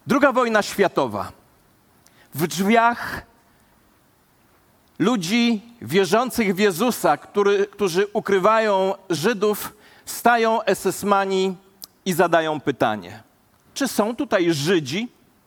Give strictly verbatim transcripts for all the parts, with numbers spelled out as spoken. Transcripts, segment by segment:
Druga wojna światowa. W drzwiach ludzi wierzących w Jezusa, który, którzy ukrywają Żydów, stają esesmani i zadają pytanie: czy są tutaj Żydzi?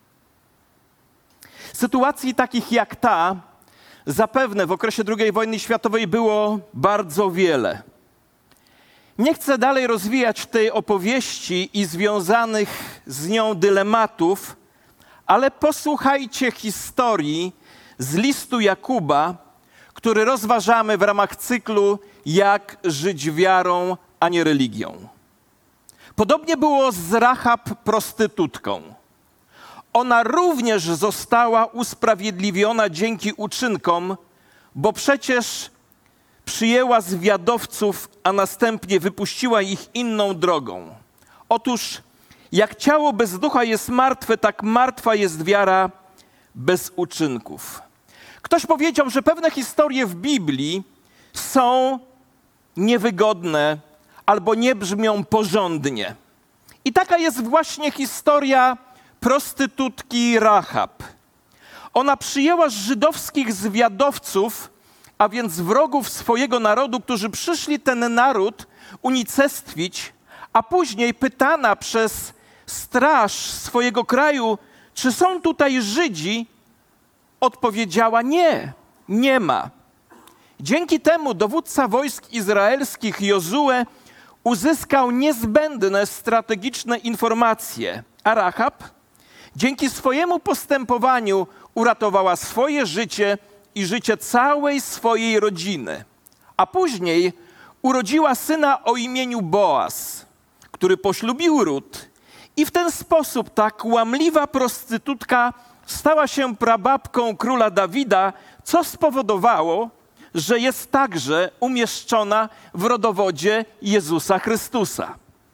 Sytuacji takich jak ta zapewne w okresie drugiej wojny światowej było bardzo wiele. Nie chcę dalej rozwijać tej opowieści i związanych z nią dylematów, ale posłuchajcie historii z listu Jakuba, który rozważamy w ramach cyklu Jak żyć wiarą, a nie religią. Podobnie było z Rahab prostytutką. Ona również została usprawiedliwiona dzięki uczynkom, bo przecież przyjęła zwiadowców, a następnie wypuściła ich inną drogą. Otóż jak ciało bez ducha jest martwe, tak martwa jest wiara bez uczynków. Ktoś powiedział, że pewne historie w Biblii są niewygodne albo nie brzmią porządnie. I taka jest właśnie historia prostytutki Rahab. Ona przyjęła żydowskich zwiadowców, a więc wrogów swojego narodu, którzy przyszli ten naród unicestwić, a później pytana przez straż swojego kraju, czy są tutaj Żydzi, odpowiedziała: nie, nie ma. Dzięki temu dowódca wojsk izraelskich Jozue uzyskał niezbędne strategiczne informacje, a Rahab dzięki swojemu postępowaniu uratowała swoje życie i życie całej swojej rodziny. A później urodziła syna o imieniu Boaz, który poślubił Rut, i w ten sposób ta kłamliwa prostytutka stała się prababką króla Dawida, co spowodowało, że jest także umieszczona w rodowodzie Jezusa Chrystusa.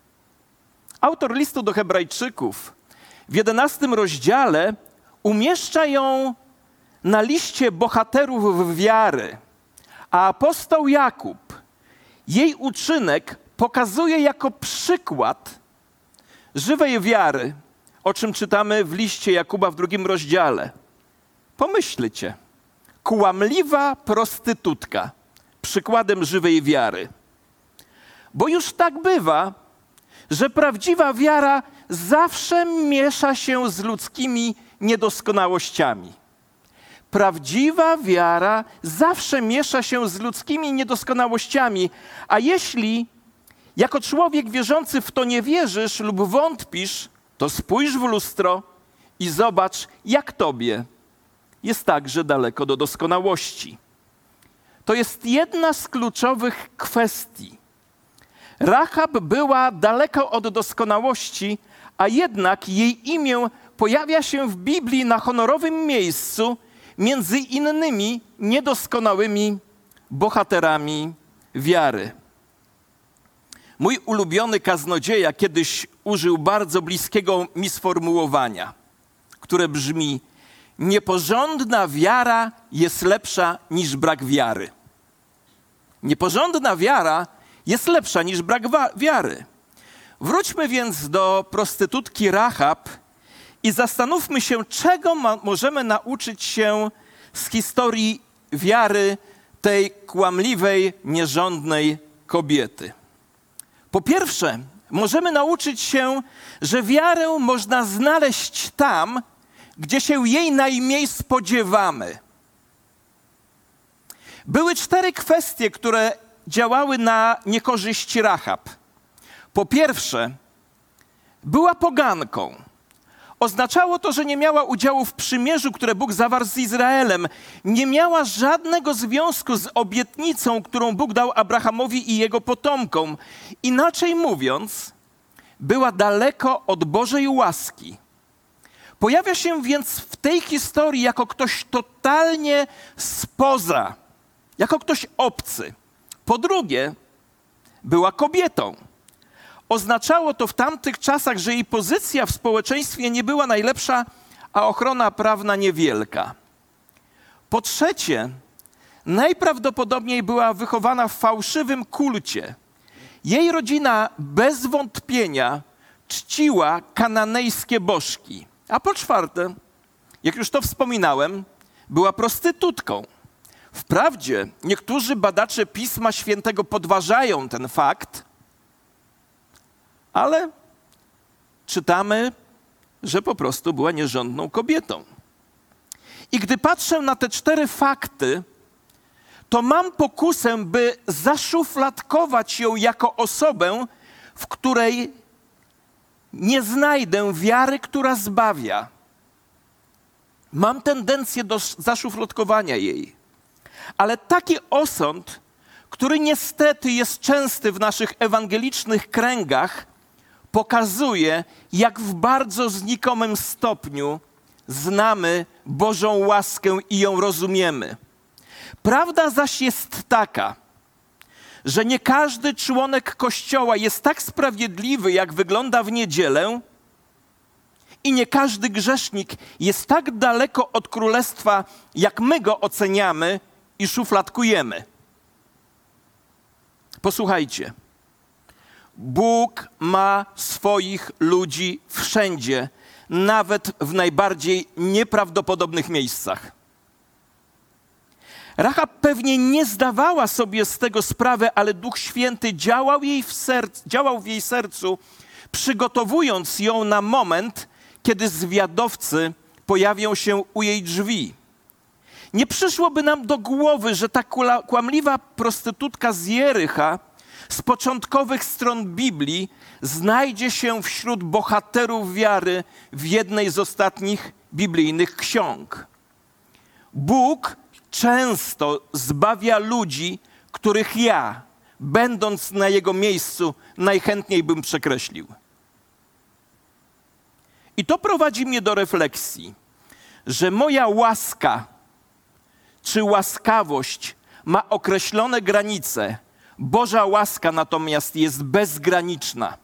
Autor listu do Hebrajczyków w jedenastym rozdziale umieszcza ją na liście bohaterów wiary, a apostoł Jakub jej uczynek pokazuje jako przykład żywej wiary, o czym czytamy w liście Jakuba w drugim rozdziale. Pomyślcie, kłamliwa prostytutka, przykładem żywej wiary. Bo już tak bywa, że prawdziwa wiara zawsze miesza się z ludzkimi niedoskonałościami. Prawdziwa wiara zawsze miesza się z ludzkimi niedoskonałościami, a jeśli jako człowiek wierzący w to nie wierzysz lub wątpisz, to spójrz w lustro i zobacz, jak tobie jest także daleko do doskonałości. To jest jedna z kluczowych kwestii. Rahab była daleko od doskonałości, a jednak jej imię pojawia się w Biblii na honorowym miejscu między innymi niedoskonałymi bohaterami wiary. Mój ulubiony kaznodzieja kiedyś użył bardzo bliskiego mi sformułowania, które brzmi: nieporządna wiara jest lepsza niż brak wiary. Nieporządna wiara jest lepsza niż brak wiary. Wróćmy więc do prostytutki Rahab i zastanówmy się, czego ma, możemy nauczyć się z historii wiary tej kłamliwej, nierządnej kobiety. Po pierwsze, możemy nauczyć się, że wiarę można znaleźć tam, gdzie się jej najmniej spodziewamy. Były cztery kwestie, które działały na niekorzyść Rahab. Po pierwsze, była poganką. Oznaczało to, że nie miała udziału w przymierzu, które Bóg zawarł z Izraelem. Nie miała żadnego związku z obietnicą, którą Bóg dał Abrahamowi i jego potomkom. Inaczej mówiąc, była daleko od Bożej łaski. Pojawia się więc w tej historii jako ktoś totalnie spoza, jako ktoś obcy. Po drugie, była kobietą. Oznaczało to w tamtych czasach, że jej pozycja w społeczeństwie nie była najlepsza, a ochrona prawna niewielka. Po trzecie, najprawdopodobniej była wychowana w fałszywym kulcie. Jej rodzina bez wątpienia czciła kananejskie bożki, A po czwarte, jak już to wspominałem, była prostytutką. Wprawdzie niektórzy badacze Pisma Świętego podważają ten fakt, ale czytamy, że po prostu była nierządną kobietą. I gdy patrzę na te cztery fakty, to mam pokusę, by zaszufladkować ją jako osobę, w której nie znajdę wiary, która zbawia. Mam tendencję do zaszufladkowania jej. Ale taki osąd, który niestety jest częsty w naszych ewangelicznych kręgach, pokazuje, jak w bardzo znikomym stopniu znamy Bożą łaskę i ją rozumiemy. Prawda zaś jest taka, że nie każdy członek Kościoła jest tak sprawiedliwy, jak wygląda w niedzielę, i nie każdy grzesznik jest tak daleko od królestwa, jak my go oceniamy i szufladkujemy. Posłuchajcie. Bóg ma swoich ludzi wszędzie, nawet w najbardziej nieprawdopodobnych miejscach. Rahab pewnie nie zdawała sobie z tego sprawy, ale Duch Święty działał, jej w serc, działał w jej sercu, przygotowując ją na moment, kiedy zwiadowcy pojawią się u jej drzwi. Nie przyszłoby nam do głowy, że ta kłamliwa prostytutka z Jericha z początkowych stron Biblii znajdzie się wśród bohaterów wiary w jednej z ostatnich biblijnych ksiąg. Bóg często zbawia ludzi, których ja, będąc na Jego miejscu, najchętniej bym przekreślił. I to prowadzi mnie do refleksji, że moja łaska czy łaskawość ma określone granice. Boża łaska natomiast jest bezgraniczna.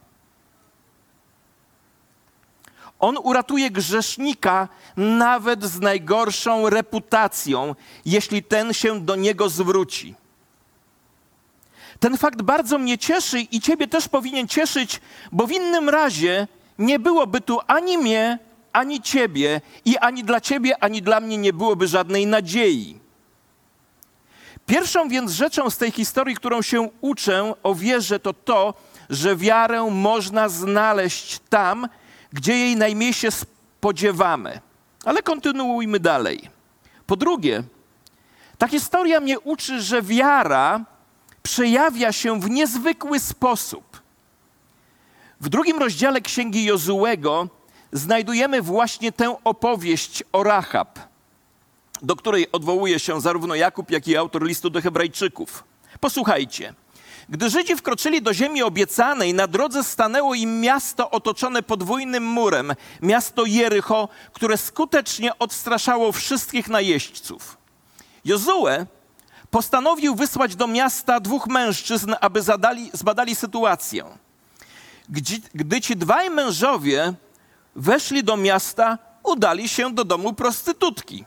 On uratuje grzesznika nawet z najgorszą reputacją, jeśli ten się do Niego zwróci. Ten fakt bardzo mnie cieszy i Ciebie też powinien cieszyć, bo w innym razie nie byłoby tu ani mnie, ani Ciebie i ani dla Ciebie, ani dla mnie nie byłoby żadnej nadziei. Pierwszą więc rzeczą z tej historii, którą się uczę o wierze, to to, że wiarę można znaleźć tam, gdzie jej najmniej się spodziewamy. Ale kontynuujmy dalej. Po drugie, ta historia mnie uczy, że wiara przejawia się w niezwykły sposób. W drugim rozdziale Księgi Jozułego znajdujemy właśnie tę opowieść o Rahab, do której odwołuje się zarówno Jakub, jak i autor listu do Hebrajczyków. Posłuchajcie. Gdy Żydzi wkroczyli do ziemi obiecanej, na drodze stanęło im miasto otoczone podwójnym murem, miasto Jericho, które skutecznie odstraszało wszystkich najeźdźców. Jozue postanowił wysłać do miasta dwóch mężczyzn, aby zadali, zbadali sytuację. Gdy, gdy ci dwaj mężowie weszli do miasta, udali się do domu prostytutki.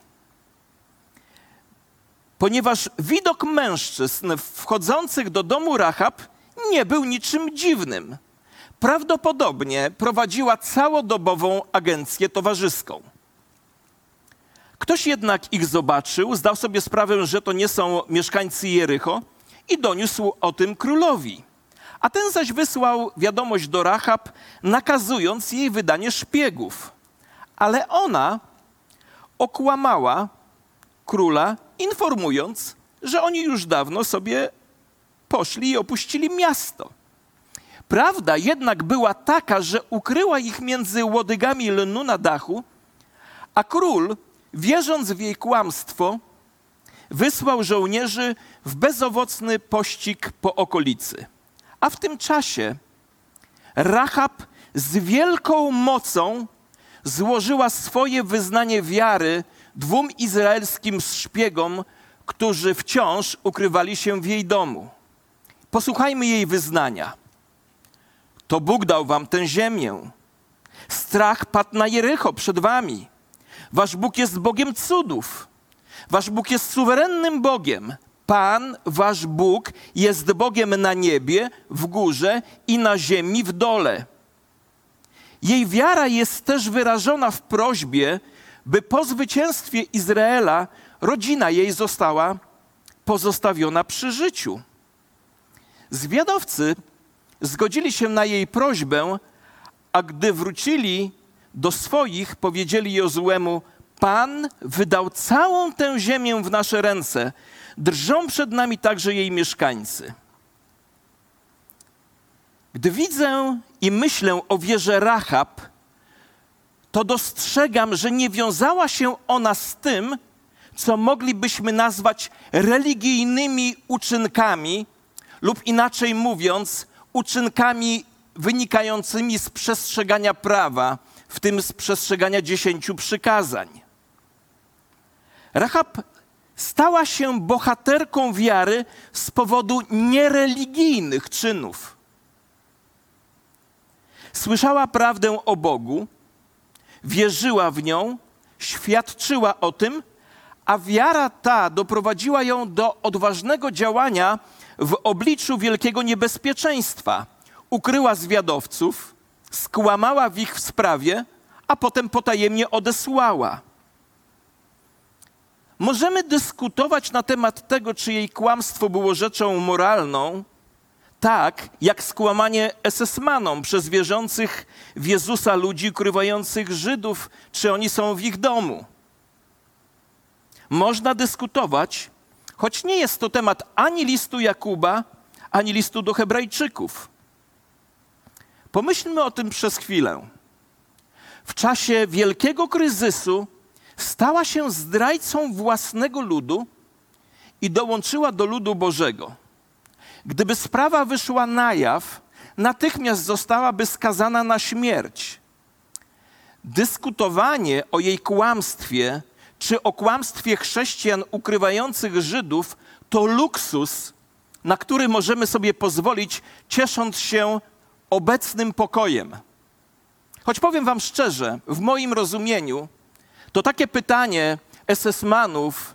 Ponieważ widok mężczyzn wchodzących do domu Rahab nie był niczym dziwnym. Prawdopodobnie prowadziła całodobową agencję towarzyską. Ktoś jednak ich zobaczył, zdał sobie sprawę, że to nie są mieszkańcy Jericho i doniósł o tym królowi. A ten zaś wysłał wiadomość do Rahab, nakazując jej wydanie szpiegów. Ale ona okłamała króla, informując, że oni już dawno sobie poszli i opuścili miasto. Prawda jednak była taka, że ukryła ich między łodygami lnu na dachu, a król, wierząc w jej kłamstwo, wysłał żołnierzy w bezowocny pościg po okolicy. A w tym czasie Rahab z wielką mocą złożyła swoje wyznanie wiary dwóm izraelskim szpiegom, którzy wciąż ukrywali się w jej domu. Posłuchajmy jej wyznania. To Bóg dał wam tę ziemię. Strach padł na Jericho przed wami. Wasz Bóg jest Bogiem cudów. Wasz Bóg jest suwerennym Bogiem. Pan, wasz Bóg, jest Bogiem na niebie, w górze i na ziemi w dole. Jej wiara jest też wyrażona w prośbie, by po zwycięstwie Izraela rodzina jej została pozostawiona przy życiu. Zwiadowcy zgodzili się na jej prośbę, a gdy wrócili do swoich, powiedzieli Jozuemu: Pan wydał całą tę ziemię w nasze ręce, drżą przed nami także jej mieszkańcy. Gdy widzę i myślę o wierze Rahab, to dostrzegam, że nie wiązała się ona z tym, co moglibyśmy nazwać religijnymi uczynkami, lub inaczej mówiąc, uczynkami wynikającymi z przestrzegania prawa, w tym z przestrzegania dziesięciu przykazań. Rahab stała się bohaterką wiary z powodu niereligijnych czynów. Słyszała prawdę o Bogu, wierzyła w nią, świadczyła o tym, a wiara ta doprowadziła ją do odważnego działania w obliczu wielkiego niebezpieczeństwa. Ukryła zwiadowców, skłamała w ich sprawie, a potem potajemnie odesłała. Możemy dyskutować na temat tego, czy jej kłamstwo było rzeczą moralną, tak jak skłamanie esesmanom przez wierzących w Jezusa ludzi ukrywających Żydów, czy oni są w ich domu. Można dyskutować, choć nie jest to temat ani listu Jakuba, ani listu do Hebrajczyków. Pomyślmy o tym przez chwilę. W czasie wielkiego kryzysu stała się zdrajcą własnego ludu i dołączyła do ludu Bożego. Gdyby sprawa wyszła na jaw, natychmiast zostałaby skazana na śmierć. Dyskutowanie o jej kłamstwie czy o kłamstwie chrześcijan ukrywających Żydów to luksus, na który możemy sobie pozwolić, ciesząc się obecnym pokojem. Choć powiem wam szczerze, w moim rozumieniu, to takie pytanie esesmanów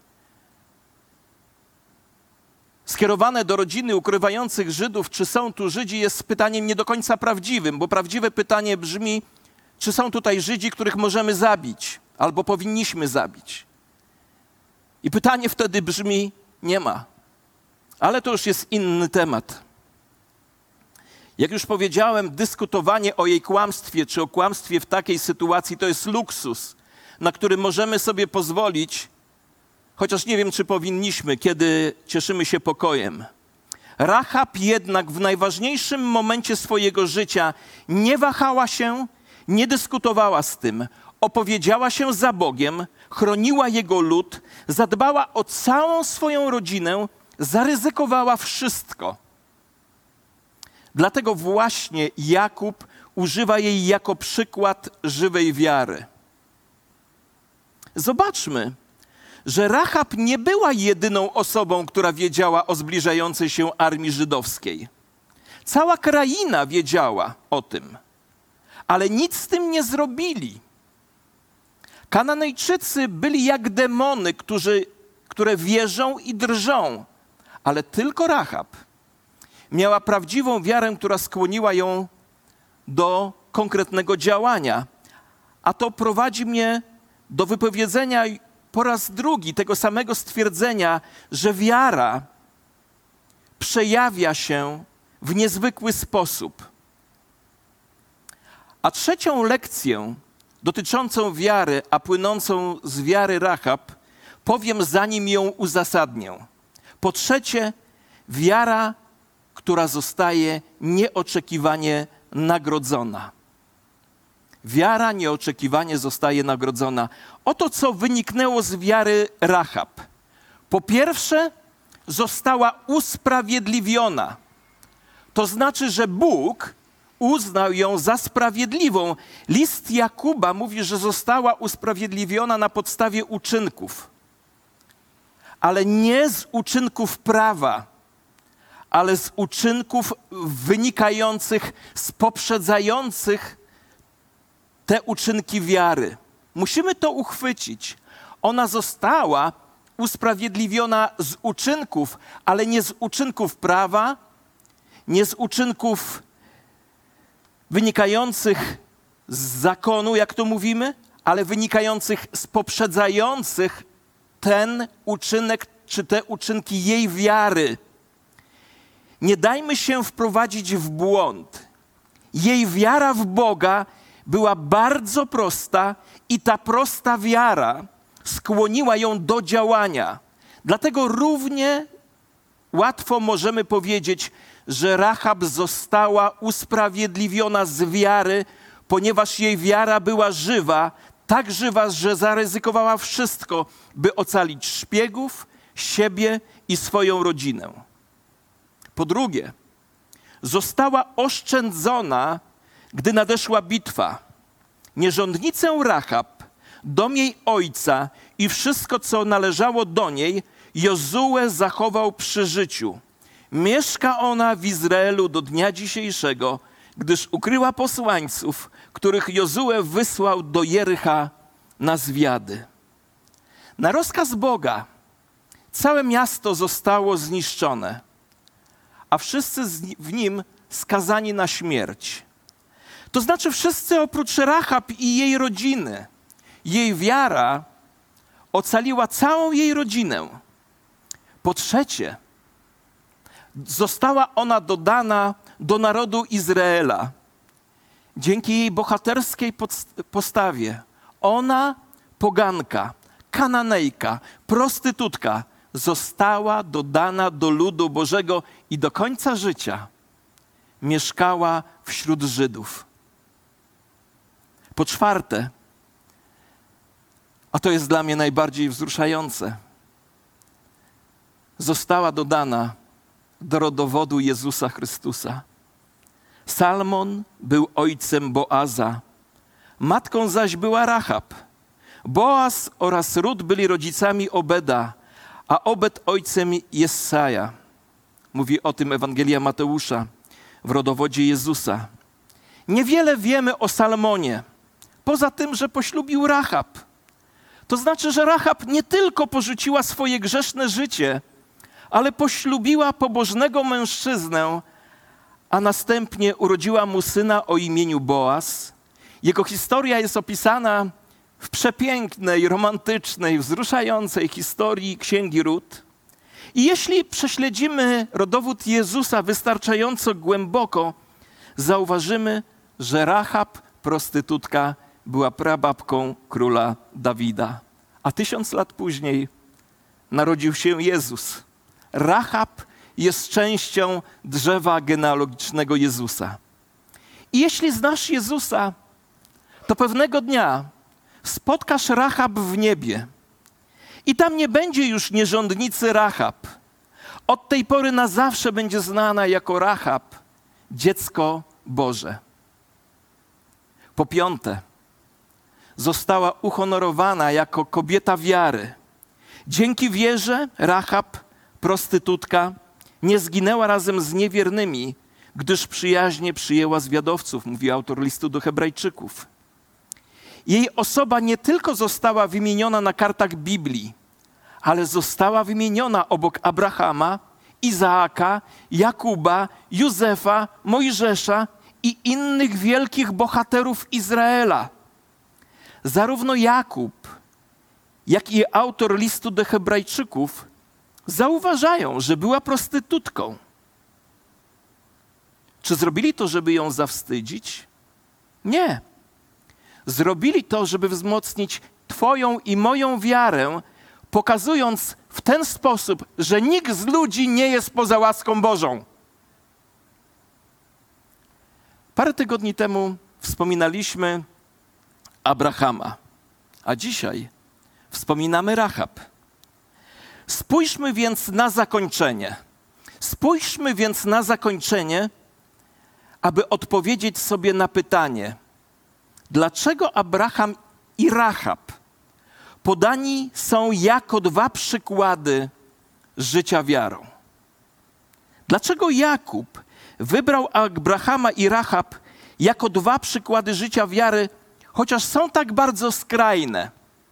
skierowane do rodziny ukrywających Żydów, czy są tu Żydzi, jest pytaniem nie do końca prawdziwym, bo prawdziwe pytanie brzmi, czy są tutaj Żydzi, których możemy zabić, albo powinniśmy zabić. I pytanie wtedy brzmi, nie ma. Ale to już jest inny temat. Jak już powiedziałem, dyskutowanie o jej kłamstwie, czy o kłamstwie w takiej sytuacji, to jest luksus, na który możemy sobie pozwolić, chociaż nie wiem, czy powinniśmy, kiedy cieszymy się pokojem. Rahab jednak w najważniejszym momencie swojego życia nie wahała się, nie dyskutowała z tym, opowiedziała się za Bogiem, chroniła Jego lud, zadbała o całą swoją rodzinę, zaryzykowała wszystko. Dlatego właśnie Jakub używa jej jako przykład żywej wiary. Zobaczmy, że Rahab nie była jedyną osobą, która wiedziała o zbliżającej się armii żydowskiej. Cała kraina wiedziała o tym, ale nic z tym nie zrobili. Kananejczycy byli jak demony, którzy, które wierzą i drżą, ale tylko Rahab miała prawdziwą wiarę, która skłoniła ją do konkretnego działania. A to prowadzi mnie do wypowiedzenia po raz drugi tego samego stwierdzenia, że wiara przejawia się w niezwykły sposób. A trzecią lekcję dotyczącą wiary, a płynącą z wiary Rahab, powiem, zanim ją uzasadnię. Po trzecie, wiara, która zostaje nieoczekiwanie nagrodzona. Wiara nieoczekiwanie zostaje nagrodzona. Oto co wyniknęło z wiary Rahab. Po pierwsze, została usprawiedliwiona. To znaczy, że Bóg uznał ją za sprawiedliwą. List Jakuba mówi, że została usprawiedliwiona na podstawie uczynków. Ale nie z uczynków prawa, ale z uczynków wynikających z poprzedzających te uczynki wiary. Musimy to uchwycić. Ona została usprawiedliwiona z uczynków, ale nie z uczynków prawa, nie z uczynków wynikających z zakonu, jak to mówimy, ale wynikających z poprzedzających ten uczynek czy te uczynki jej wiary. Nie dajmy się wprowadzić w błąd. Jej wiara w Boga była bardzo prosta i ta prosta wiara skłoniła ją do działania. Dlatego równie łatwo możemy powiedzieć, że Rahab została usprawiedliwiona z wiary, ponieważ jej wiara była żywa, tak żywa, że zaryzykowała wszystko, by ocalić szpiegów, siebie i swoją rodzinę. Po drugie, została oszczędzona, gdy nadeszła bitwa. Nierządnicę Rahab, dom jej ojca i wszystko, co należało do niej, Jozue zachował przy życiu. Mieszka ona w Izraelu do dnia dzisiejszego, gdyż ukryła posłańców, których Jozue wysłał do Jericha na zwiady. Na rozkaz Boga całe miasto zostało zniszczone, a wszyscy w nim skazani na śmierć. To znaczy wszyscy oprócz Rahab i jej rodziny. Jej wiara ocaliła całą jej rodzinę. Po trzecie, została ona dodana do narodu Izraela. Dzięki jej bohaterskiej postawie ona, poganka, Kananejka, prostytutka, została dodana do ludu Bożego i do końca życia mieszkała wśród Żydów. Po czwarte, a to jest dla mnie najbardziej wzruszające, została dodana do rodowodu Jezusa Chrystusa. Salmon był ojcem Boaza, matką zaś była Rahab. Boaz oraz Rut byli rodzicami Obeda, a Obed ojcem Jessaja. Mówi o tym Ewangelia Mateusza w rodowodzie Jezusa. Niewiele wiemy o Salmonie, poza tym, że poślubił Rahab. To znaczy, że Rahab nie tylko porzuciła swoje grzeszne życie, ale poślubiła pobożnego mężczyznę, a następnie urodziła mu syna o imieniu Boaz. Jego historia jest opisana w przepięknej, romantycznej, wzruszającej historii Księgi Rut. I jeśli prześledzimy rodowód Jezusa wystarczająco głęboko, zauważymy, że Rahab, prostytutka, była prababką króla Dawida. A tysiąc lat później narodził się Jezus. Rahab jest częścią drzewa genealogicznego Jezusa. I jeśli znasz Jezusa, to pewnego dnia spotkasz Rahab w niebie. I tam nie będzie już nierządnicy Rahab. Od tej pory na zawsze będzie znana jako Rahab, dziecko Boże. Po piąte, została uhonorowana jako kobieta wiary. Dzięki wierze Rahab, prostytutka, nie zginęła razem z niewiernymi, gdyż przyjaźnie przyjęła zwiadowców, mówi autor listu do Hebrajczyków. Jej osoba nie tylko została wymieniona na kartach Biblii, ale została wymieniona obok Abrahama, Izaaka, Jakuba, Józefa, Mojżesza i innych wielkich bohaterów Izraela. Zarówno Jakub, jak i autor listu do Hebrajczyków zauważają, że była prostytutką. Czy zrobili to, żeby ją zawstydzić? Nie. Zrobili to, żeby wzmocnić Twoją i moją wiarę, pokazując w ten sposób, że nikt z ludzi nie jest poza łaską Bożą. Parę tygodni temu wspominaliśmy Abrahama, a dzisiaj wspominamy Rahab. Spójrzmy więc na zakończenie. Spójrzmy więc na zakończenie, aby odpowiedzieć sobie na pytanie, dlaczego Abraham i Rahab podani są jako dwa przykłady życia wiarą. Dlaczego Jakub wybrał Abrahama i Rahab jako dwa przykłady życia wiary, chociaż są tak bardzo skrajne?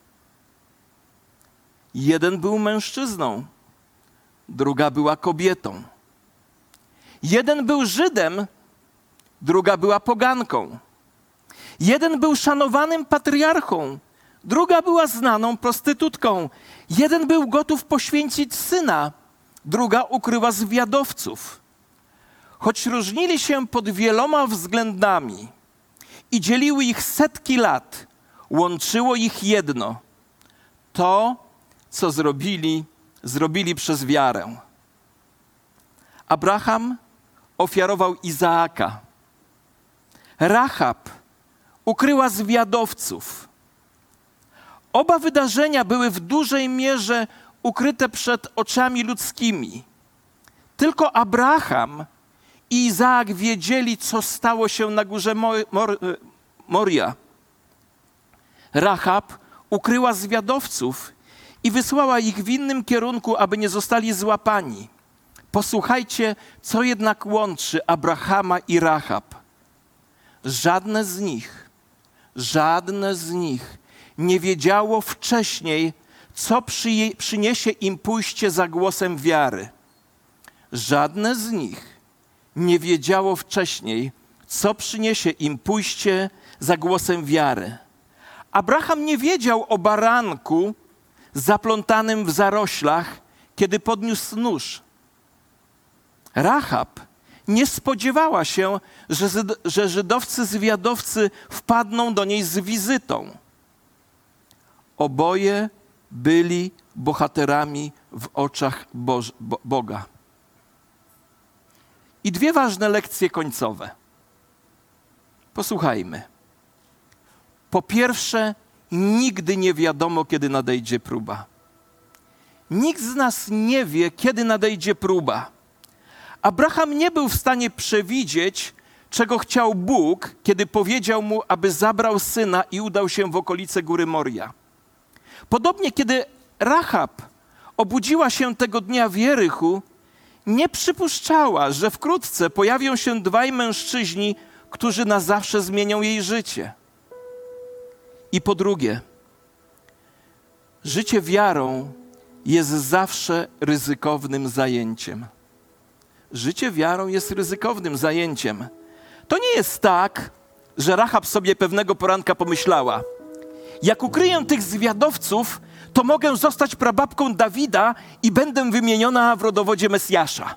Jeden był mężczyzną, druga była kobietą. Jeden był Żydem, druga była poganką. Jeden był szanowanym patriarchą, druga była znaną prostytutką. Jeden był gotów poświęcić syna, druga ukryła zwiadowców. Choć różnili się pod wieloma względami i dzieliły ich setki lat, łączyło ich jedno. To, co zrobili, zrobili przez wiarę. Abraham ofiarował Izaaka. Rahab ukryła zwiadowców. Oba wydarzenia były w dużej mierze ukryte przed oczami ludzkimi. Tylko Abraham i Izaak wiedzieli, co stało się na górze Moria. Rahab ukryła zwiadowców i wysłała ich w innym kierunku, aby nie zostali złapani. Posłuchajcie, co jednak łączy Abrahama i Rahab. Żadne z nich, żadne z nich nie wiedziało wcześniej, co przyje, przyniesie im pójście za głosem wiary. Żadne z nich nie wiedziało wcześniej, co przyniesie im pójście za głosem wiary. Abraham nie wiedział o baranku zaplątanym w zaroślach, kiedy podniósł nóż. Rahab nie spodziewała się, że, że żydowscy zwiadowcy wpadną do niej z wizytą. Oboje byli bohaterami w oczach Boż, Bo, Boga. I dwie ważne lekcje końcowe. Posłuchajmy. Po pierwsze, nigdy nie wiadomo, kiedy nadejdzie próba. Nikt z nas nie wie, kiedy nadejdzie próba. Abraham nie był w stanie przewidzieć, czego chciał Bóg, kiedy powiedział mu, aby zabrał syna i udał się w okolice góry Moria. Podobnie, kiedy Rahab obudziła się tego dnia w Jerichu, nie przypuszczała, że wkrótce pojawią się dwaj mężczyźni, którzy na zawsze zmienią jej życie. I po drugie, życie wiarą jest zawsze ryzykownym zajęciem. Życie wiarą jest ryzykownym zajęciem. To nie jest tak, że Rahab sobie pewnego poranka pomyślała: jak ukryję tych zwiadowców, to mogę zostać prababką Dawida i będę wymieniona w rodowodzie Mesjasza.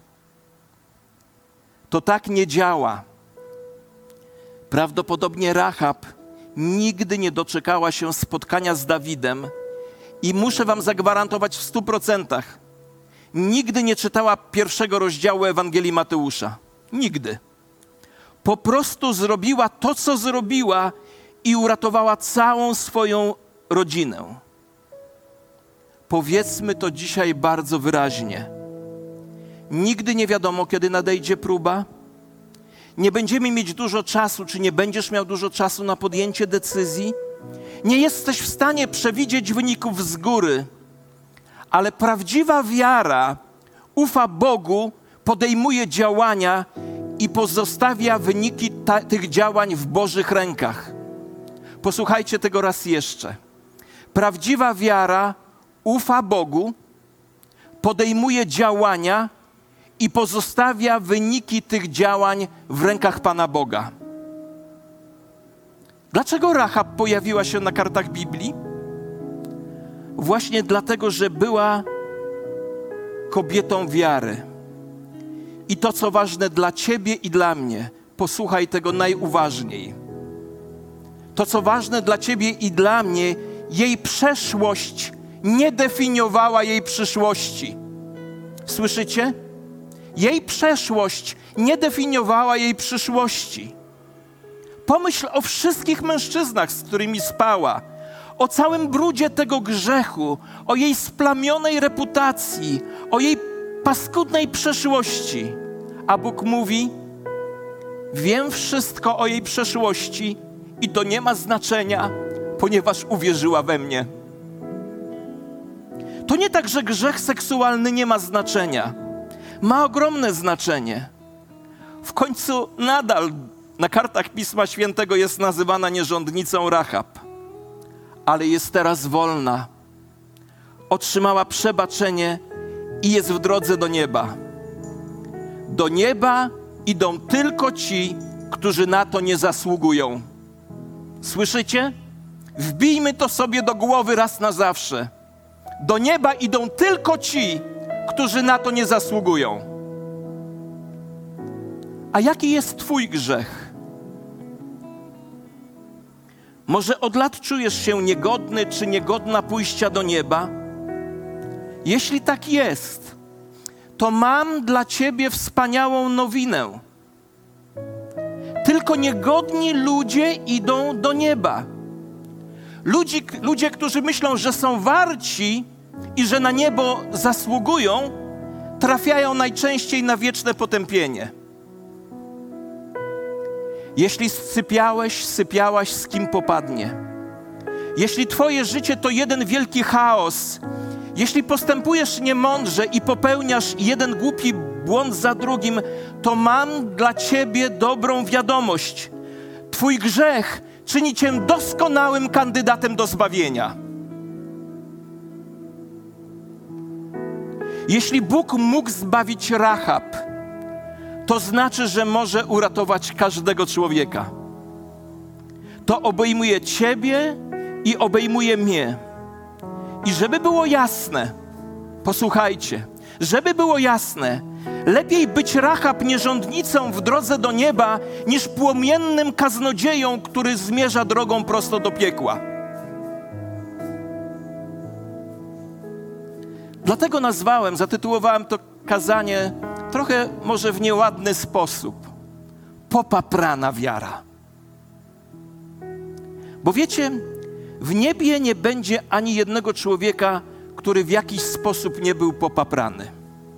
To tak nie działa. Prawdopodobnie Rahab nigdy nie doczekała się spotkania z Dawidem i muszę wam zagwarantować w stu procentach, nigdy nie czytała pierwszego rozdziału Ewangelii Mateusza. Nigdy. Po prostu zrobiła to, co zrobiła i uratowała całą swoją rodzinę. Powiedzmy to dzisiaj bardzo wyraźnie. Nigdy nie wiadomo, kiedy nadejdzie próba. Nie będziemy mieć dużo czasu, czy nie będziesz miał dużo czasu na podjęcie decyzji. Nie jesteś w stanie przewidzieć wyników z góry, ale prawdziwa wiara ufa Bogu, podejmuje działania i pozostawia wyniki ta, tych działań w Bożych rękach. Posłuchajcie tego raz jeszcze. Prawdziwa wiara ufa Bogu, podejmuje działania i pozostawia wyniki tych działań w rękach Pana Boga. Dlaczego Rahab pojawiła się na kartach Biblii? Właśnie dlatego, że była kobietą wiary. I to, co ważne dla ciebie i dla mnie, posłuchaj tego najuważniej. To, co ważne dla ciebie i dla mnie, jej przeszłość nie definiowała jej przyszłości. Słyszycie? Jej przeszłość nie definiowała jej przyszłości. Pomyśl o wszystkich mężczyznach, z którymi spała, o całym brudzie tego grzechu, o jej splamionej reputacji, o jej paskudnej przeszłości. A Bóg mówi: wiem wszystko o jej przeszłości i to nie ma znaczenia, ponieważ uwierzyła we mnie. To nie tak, że grzech seksualny nie ma znaczenia. Ma ogromne znaczenie. W końcu nadal na kartach Pisma Świętego jest nazywana nierządnicą Rahab, ale jest teraz wolna. Otrzymała przebaczenie i jest w drodze do nieba. Do nieba idą tylko ci, którzy na to nie zasługują. Słyszycie? Wbijmy to sobie do głowy raz na zawsze. Do nieba idą tylko ci, którzy na to nie zasługują. A jaki jest twój grzech? Może od lat czujesz się niegodny czy niegodna pójścia do nieba? Jeśli tak jest, to mam dla ciebie wspaniałą nowinę. Tylko niegodni ludzie idą do nieba. Ludzie, ludzie, którzy myślą, że są warci i że na niebo zasługują, trafiają najczęściej na wieczne potępienie. Jeśli sypiałeś, sypiałaś, z kim popadnie. Jeśli twoje życie to jeden wielki chaos, jeśli postępujesz niemądrze i popełniasz jeden głupi błąd za drugim, to mam dla ciebie dobrą wiadomość. Twój grzech czyni cię doskonałym kandydatem do zbawienia. Jeśli Bóg mógł zbawić Rahab, to znaczy, że może uratować każdego człowieka. To obejmuje ciebie i obejmuje mnie. I żeby było jasne, posłuchajcie, żeby było jasne, lepiej być Rahab nierządnicą w drodze do nieba, niż płomiennym kaznodzieją, który zmierza drogą prosto do piekła. Dlatego nazwałem, zatytułowałem to kazanie trochę może w nieładny sposób. Popaprana wiara. Bo wiecie, w niebie nie będzie ani jednego człowieka, który w jakiś sposób nie był popaprany.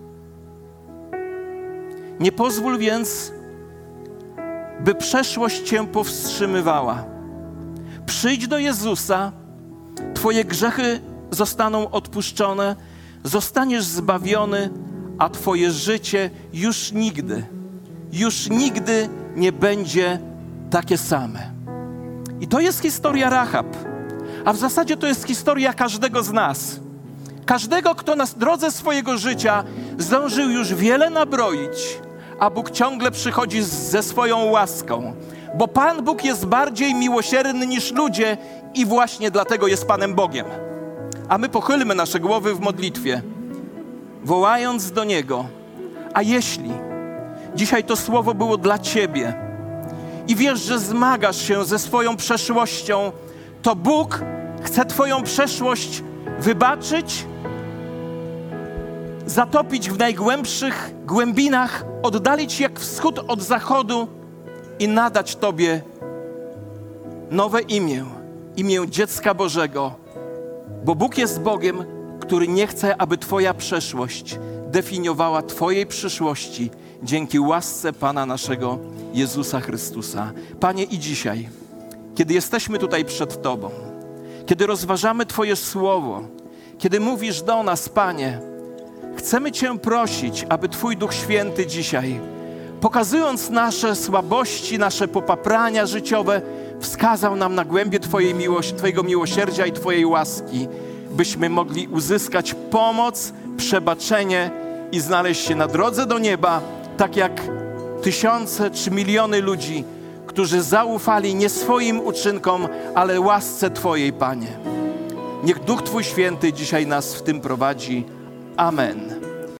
Nie pozwól więc, by przeszłość cię powstrzymywała. Przyjdź do Jezusa, twoje grzechy zostaną odpuszczone, zostaniesz zbawiony, a twoje życie już nigdy, już nigdy nie będzie takie same. I to jest historia Rahab, a w zasadzie to jest historia każdego z nas. Każdego, kto na drodze swojego życia zdążył już wiele nabroić, a Bóg ciągle przychodzi ze swoją łaską. Bo Pan Bóg jest bardziej miłosierny niż ludzie i właśnie dlatego jest Panem Bogiem. A my pochylmy nasze głowy w modlitwie, wołając do Niego. A jeśli dzisiaj to słowo było dla ciebie i wiesz, że zmagasz się ze swoją przeszłością, to Bóg chce twoją przeszłość wybaczyć, zatopić w najgłębszych głębinach, oddalić jak wschód od zachodu i nadać tobie nowe imię, imię dziecka Bożego, bo Bóg jest Bogiem, który nie chce, aby twoja przeszłość definiowała twojej przyszłości dzięki łasce Pana naszego Jezusa Chrystusa. Panie, i dzisiaj, kiedy jesteśmy tutaj przed Tobą, kiedy rozważamy Twoje Słowo, kiedy mówisz do nas, Panie, chcemy Cię prosić, aby Twój Duch Święty dzisiaj, pokazując nasze słabości, nasze popaprania życiowe, wskazał nam na głębie Twojej miłości, Twojego miłosierdzia i Twojej łaski, byśmy mogli uzyskać pomoc, przebaczenie i znaleźć się na drodze do nieba, tak jak tysiące czy miliony ludzi, którzy zaufali nie swoim uczynkom, ale łasce Twojej, Panie. Niech Duch Twój Święty dzisiaj nas w tym prowadzi. Amen.